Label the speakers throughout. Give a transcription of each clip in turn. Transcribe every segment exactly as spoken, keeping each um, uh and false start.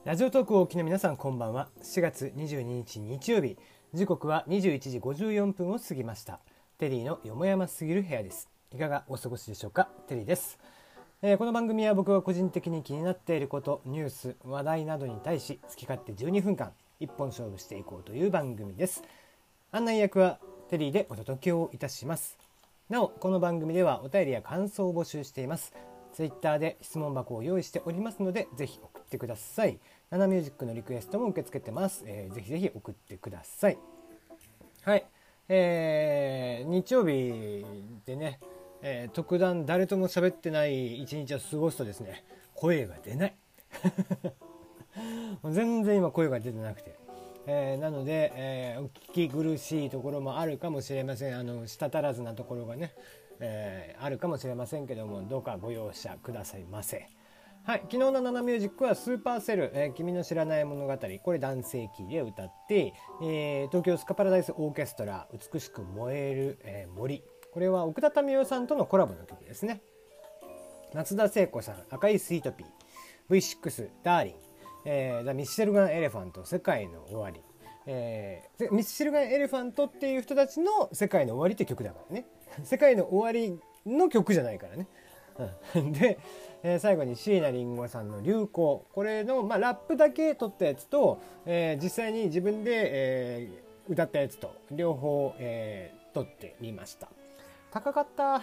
Speaker 1: ラジオトークをお聞きの皆さん、こんばんは。しがつにじゅうににち日曜日、時刻はにじゅういちじごじゅうよんぷんを過ぎました。テリーのよもやますぎる部屋です。いかがお過ごしでしょうか。テリーです。えー、この番組は僕が個人的に気になっていること、ニュース、話題などに対し好き勝手じゅうにふんかん一本勝負していこうという番組です。案内役はテリーでお届けをいたします。なお、この番組ではお便りや感想を募集しています。ツイッターで質問箱を用意しておりますので、ぜひ送ってください。ナナミュージックのリクエストも受け付けてます。えー、ぜひぜひ送ってください。はい、えー、日曜日でね、えー、特段誰とも喋ってない一日を過ごすとですね、声が出ない全然今声が出てなくて、えー、なので、えー、お聞き苦しいところもあるかもしれません。あの舌足らずなところがね、えー、あるかもしれませんけども、どうかご容赦くださいませ。はい、昨日のナナミュージックはスーパーセル、えー、君の知らない物語、これ男性キーで歌って、えー、東京スカパラダイスオーケストラ美しく燃える、えー、森、これは奥田民生さんとのコラボの曲ですね。松田聖子さん、赤いスイートピー、 ブイシックス ダーリン、えー、ザ・ミッシェルガン・エレファント、世界の終わり、えー、ミッシェルガン・エレファントっていう人たちの世界の終わりって曲だからね世界の終わりの曲じゃないからね、うん、で、えー、最後に椎名林檎さんの流行、これの、まあ、ラップだけ撮ったやつと、えー、実際に自分で、えー、歌ったやつと両方、えー、撮ってみました。高かった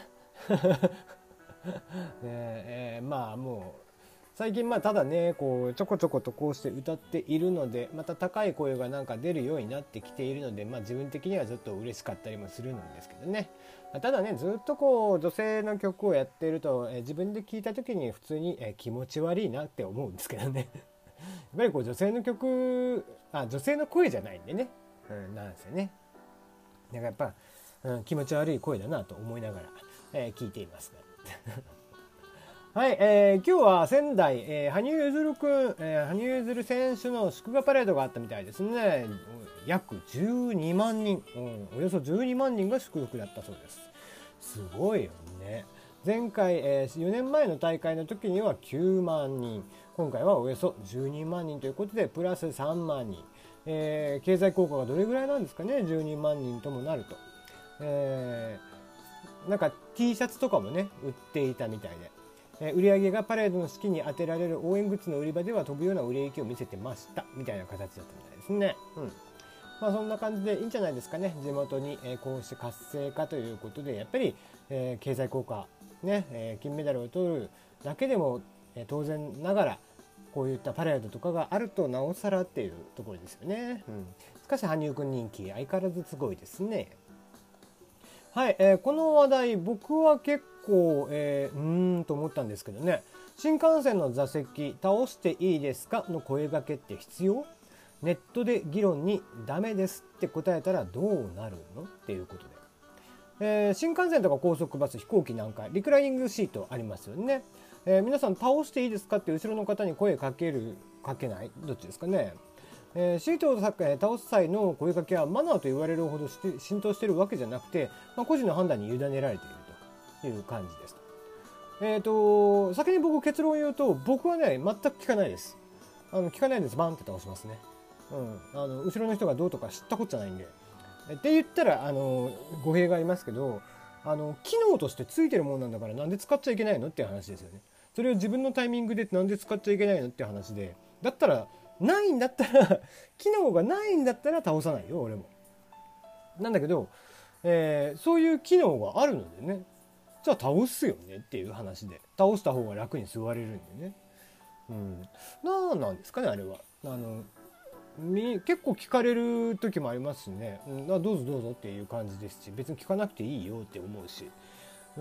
Speaker 1: えー、まあもう最近まあただね、こうちょこちょことこうして歌っているので、また高い声がなんか出るようになってきているので、まあ自分的にはちょっと嬉しかったりもするんですけどね。ただね、ずっとこう女性の曲をやっていると、えー、自分で聴いた時に普通に、えー、気持ち悪いなって思うんですけどねやっぱりこう女性の曲、あ、女性の声じゃないんでね、うん、なんですよね。なんかやっぱ、うん、気持ち悪い声だなと思いながら、えー、聞いていますがはい、えー、今日は仙台、えー、羽生結弦くん、えー、羽生結弦選手の祝賀パレードがあったみたいですね。約じゅうにまんにん、うん、およそじゅうにまんにんが祝福だったそうです。すごいよね。前回、えー、よねんまえの大会の時にはきゅうまんにん、今回はおよそじゅうにまんにんということでプラスさんまんにん、えー、経済効果がどれぐらいなんですかね、じゅうにまんにんともなると、えー、なんか T シャツとかもね売っていたみたいで、売り上げがパレードの資金に充てられる応援グッズの売り場では飛ぶような売れ行きを見せてましたみたいな形だったみたいですね。うん、まあそんな感じでいいんじゃないですかね。地元にこうして活性化ということで、やっぱり経済効果ね、金メダルを取るだけでも当然ながらこういったパレードとかがあるとなおさらっていうところですよね。うん、しかし羽生くん人気相変わらずすごいですね。はい、えー、この話題僕は結構、えー、うーんと思ったんですけどね。新幹線の座席倒していいですかの声掛けって必要？ネットで議論にダメですって答えたらどうなるのっていうことで、えー、新幹線とか高速バス、飛行機なんかリクライニングシートありますよね。えー、皆さん倒していいですかって後ろの方に声かけるかけない、どっちですかね。えー、シートを倒す際の声かけはマナーと言われるほどして浸透しているわけじゃなくて、まあ、個人の判断に委ねられているという感じですと。えーと、先に僕結論を言うと、僕はね全く聞かないです。あの聞かないです。バンって倒しますね。うん、あの後ろの人がどうとか知ったことじゃないんで。って言ったらあの語弊がありますけど、あの機能としてついてるもんなんだからなんで使っちゃいけないのっていう話ですよね。それを自分のタイミングでなんで使っちゃいけないのっていう話で、だったらないんだったら機能がないんだったら倒さないよ俺も。なんだけど、えー、そういう機能があるのでね、じゃあ倒すよねっていう話で、倒した方が楽に座れるんでね。うん、なんなんですかねあれは。あの結構聞かれる時もありますしね、うん、どうぞどうぞっていう感じですし、別に聞かなくていいよって思うし、うん、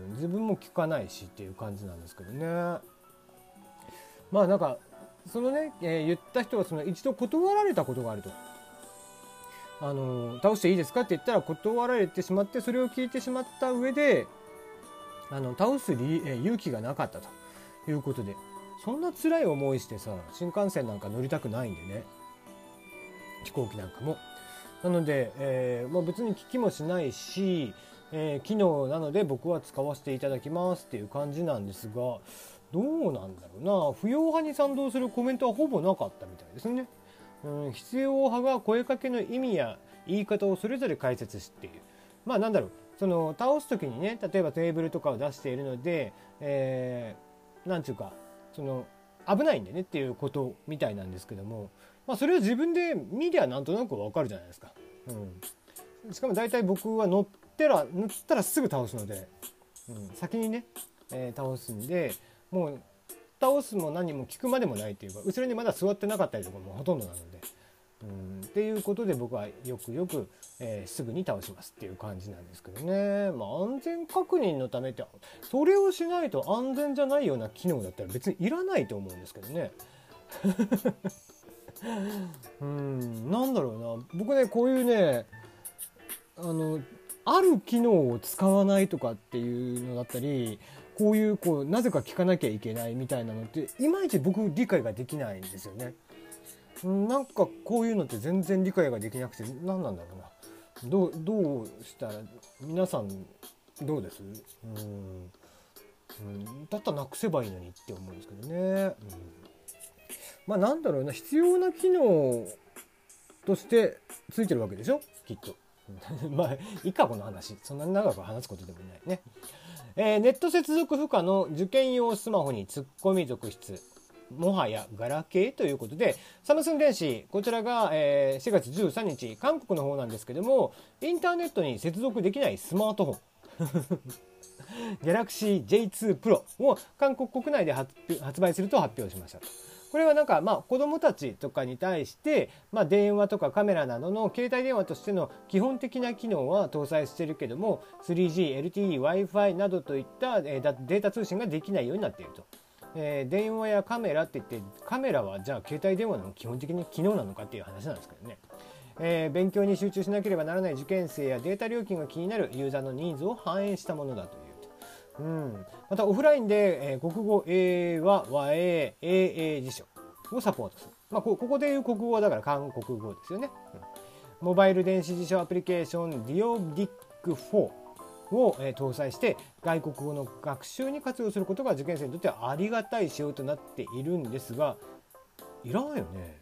Speaker 1: 自分も聞かないしっていう感じなんですけどね。まあなんかそのね、えー、言った人はその一度断られたことがあると。あの倒していいですかって言ったら断られてしまって、それを聞いてしまった上であの倒す理、えー、勇気がなかったということで、そんな辛い思いしてさ新幹線なんか乗りたくないんでね、飛行機なんかも。なので、えーまあ、別に聞きもしないし、えー、機能なので僕は使わせていただきますっていう感じなんですが、 どうなんだろうな、不要派に賛同するコメントはほぼなかったみたいですね。うん、必要派が声かけの意味や言い方をそれぞれ解説している。まあなんだろう、その倒す時にね、例えばテーブルとかを出しているので、えー、なんていうかその危ないんでねっていうことみたいなんですけども、まあ、それを自分で見りゃなんとなくわかるじゃないですか。うん、しかも大体僕は乗ってら乗ったらすぐ倒すので、うん、先にね、えー、倒すんで、もう倒すも何も聞くまでもないっていうか、後ろにまだ座ってなかったりとかもほとんどなので、うん、っていうことで僕はよくよく、えー、すぐに倒しますっていう感じなんですけどね。まあ安全確認のためって、それをしないと安全じゃないような機能だったら別にいらないと思うんですけどね。うん、なんだろうな、僕ねこういうね、あのある機能を使わないとかっていうのだったり、こういうこうなぜか聞かなきゃいけないみたいなのっていまいち僕理解ができないんですよね。なんかこういうのって全然理解ができなくて、何なんだろうな、どう、どうしたら皆さんどうです？うん、うん、だったらなくせばいいのにって思うんですけどね。うん、まあなんだろうな、必要な機能としてついてるわけでしょきっと。まあいいか、この話そんなに長く話すことでもないね。えー、ネット接続不可の受験用スマホにツッコミ続出、もはやガラケーということで、サムスン電子、こちらが、えー、しがつじゅうさんにち、韓国の方なんですけども、インターネットに接続できないスマートフォンギャラクシー ジェイツー プロを韓国国内で 発, 発売すると発表しました。これはなんかまあ子どもたちとかに対して、まあ、電話とかカメラなどの携帯電話としての基本的な機能は搭載しているけども、 スリージー、エルティー、Wi-Fi などといったデータ通信ができないようになっていると。えー、電話やカメラって言って、カメラはじゃあ携帯電話の基本的に機能なのかっていう話なんですけどね。えー、勉強に集中しなければならない受験生やデータ料金が気になるユーザーのニーズを反映したものだという。うん、またオフラインで、えー、国語、英和、和英、英英辞書をサポートする。まあ、こ, ここでいう国語はだから韓国語ですよね。うん、モバイル電子辞書アプリケーションディオディックフォーを、えー、搭載して外国語の学習に活用することが受験生にとってはありがたい仕様となっているんですが、いらんよね。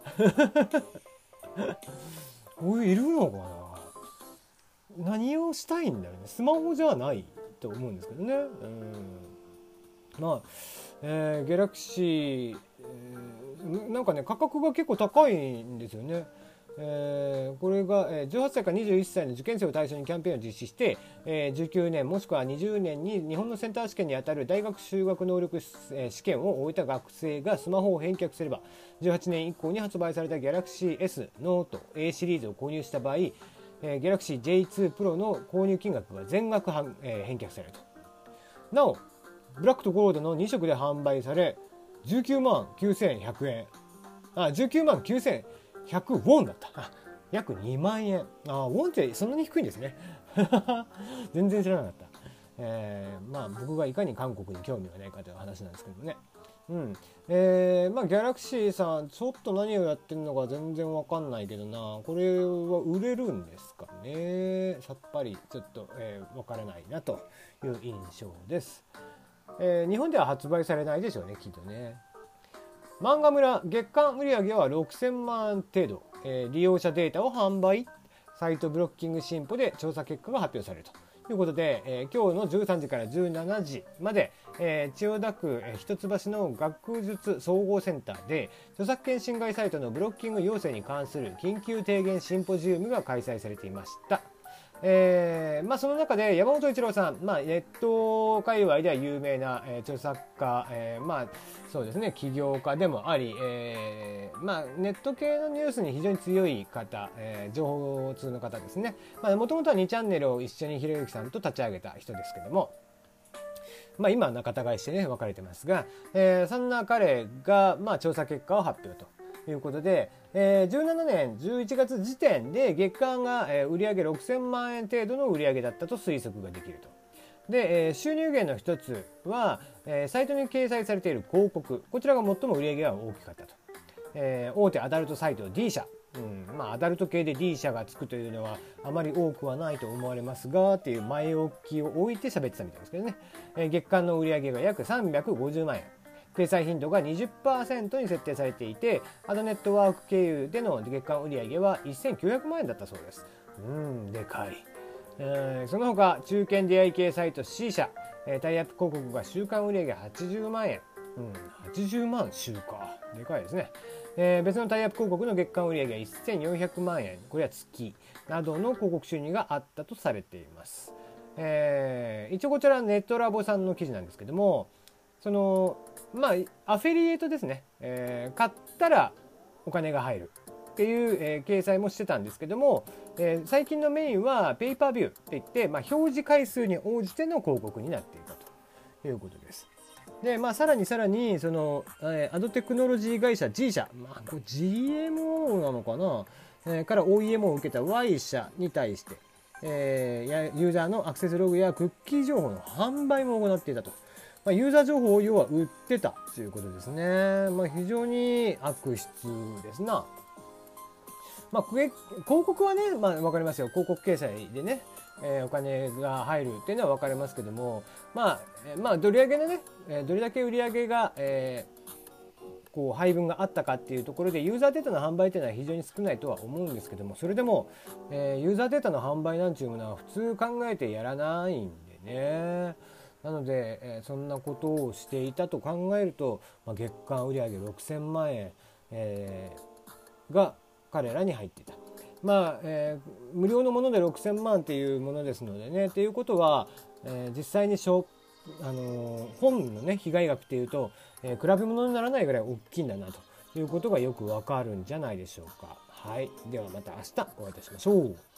Speaker 1: こういういるのかな。何をしたいんだろうね。スマホじゃないと思うんですけどね。うん、まあ、えー、ギャラクシー、えー、なんかね価格が結構高いんですよね。えー、これがじゅうはっさいからにじゅういっさいの受験生を対象にキャンペーンを実施して、えー、じゅうきゅうねんもしくはにじゅうねんに日本のセンター試験にあたる大学修学能力試験を終えた学生がスマホを返却すれば、じゅうはちねん以降に発売された Galaxy S、ノート、A シリーズを購入した場合、えー、Galaxy ジェイツー Pro の購入金額が全額はん、えー、返却されると。なおブラックとゴールドのに色で販売され、じゅうきゅうまんきゅうせんひゃくえん、あ、じゅうきゅうまんきゅうせんひゃくウォンだった。約にまんえん。あ、ウォンってそんなに低いんですね。全然知らなかった。えー、まあ僕がいかに韓国に興味がないかという話なんですけどもね。うん。えー、まあギャラクシーさんちょっと何をやってるのか全然わかんないけどな。これは売れるんですかね。さっぱりちょっと、えー、わからないなという印象です。えー、日本では発売されないでしょうね、きっとね。漫画村月間売上はろくせんまん程度、えー、利用者データを販売、サイトブロッキング進歩で調査結果が発表されるということで、えー、今日のじゅうさんじからじゅうしちじまで、えー、千代田区、えー、一橋の学術総合センターで著作権侵害サイトのブロッキング要請に関する緊急提言シンポジウムが開催されていました。えーまあ、その中で山本一郎さん、まあ、ネット界隈では有名な、えー、著作家、えーまあ、そうですね、起業家でもあり、えーまあ、ネット系のニュースに非常に強い方、えー、情報通の方ですね。もともとはにチャンネルを一緒にひろゆきさんと立ち上げた人ですけども、まあ、今は仲違いしてね別れてますが、えー、そんな彼が、まあ、調査結果を発表ということで、えー、じゅうななねんじゅういちがつ時点で月間が、えー、売上ろくせんまんえん程度の売上だったと推測ができると。で、えー、収入源の一つは、えー、サイトに掲載されている広告、こちらが最も売上が大きかったと。えー、大手アダルトサイト D 社うん、まあアダルト系で D 社がつくというのはあまり多くはないと思われますがっていう前置きを置いて喋ってたみたいですけどね、えー、月間の売上が約さんびゃくごじゅうまんえん、掲載頻度が にじゅっパーセント に設定されていて、アドネットワーク経由での月間売上はせんきゅうひゃくまんえんだったそうです。うん、でかい。えー、その他中堅出会い系サイト C 社、えー、タイアップ広告が週間売上はちじゅうまんえん、うん、はちじゅうまん週か、でかいですね。えー、別のタイアップ広告の月間売上はせんよんひゃくまんえん、これは月などの広告収入があったとされています。えー、一応こちらネットラボさんの記事なんですけども、そのまあアフィリエイトですね、えー、買ったらお金が入るっていう、えー、掲載もしてたんですけども、えー、最近のメインはペイパービューっていって、まあ、表示回数に応じての広告になっていたということです。で、まあ、さらにさらにその、えー、アドテクノロジー会社 G 社、まあ、これ ジーエムオー なのかな、えー、から オーイーエムオー を受けた Y 社に対して、えー、ユーザーのアクセスログやクッキー情報の販売も行っていたと。まあ、ユーザー情報を要は売ってたということですね。まあ、非常に悪質ですな。まあ、広告はね、まあ、分かりますよ。広告掲載でね、えー、お金が入るっていうのは分かりますけども、まあ、えー、まあ、どれだけのね、どれだけ売り上げが、えー、こう配分があったかっていうところで、ユーザーデータの販売っていうのは非常に少ないとは思うんですけども、それでも、えー、ユーザーデータの販売なんていうものは普通考えてやらないんでね。なので、えー、そんなことをしていたと考えると、まあ、月間売上ろくせんまんえん、えー、が彼らに入っていた。まあ、えー、無料のものでろくせんまんっていうものですのでね、っていうことは、えー、実際にしょ、あのー、本のね被害額っていうと、えー、比べ物にならないぐらい大きいんだなということがよくわかるんじゃないでしょうか。はい、ではまた明日お会いいたしましょう。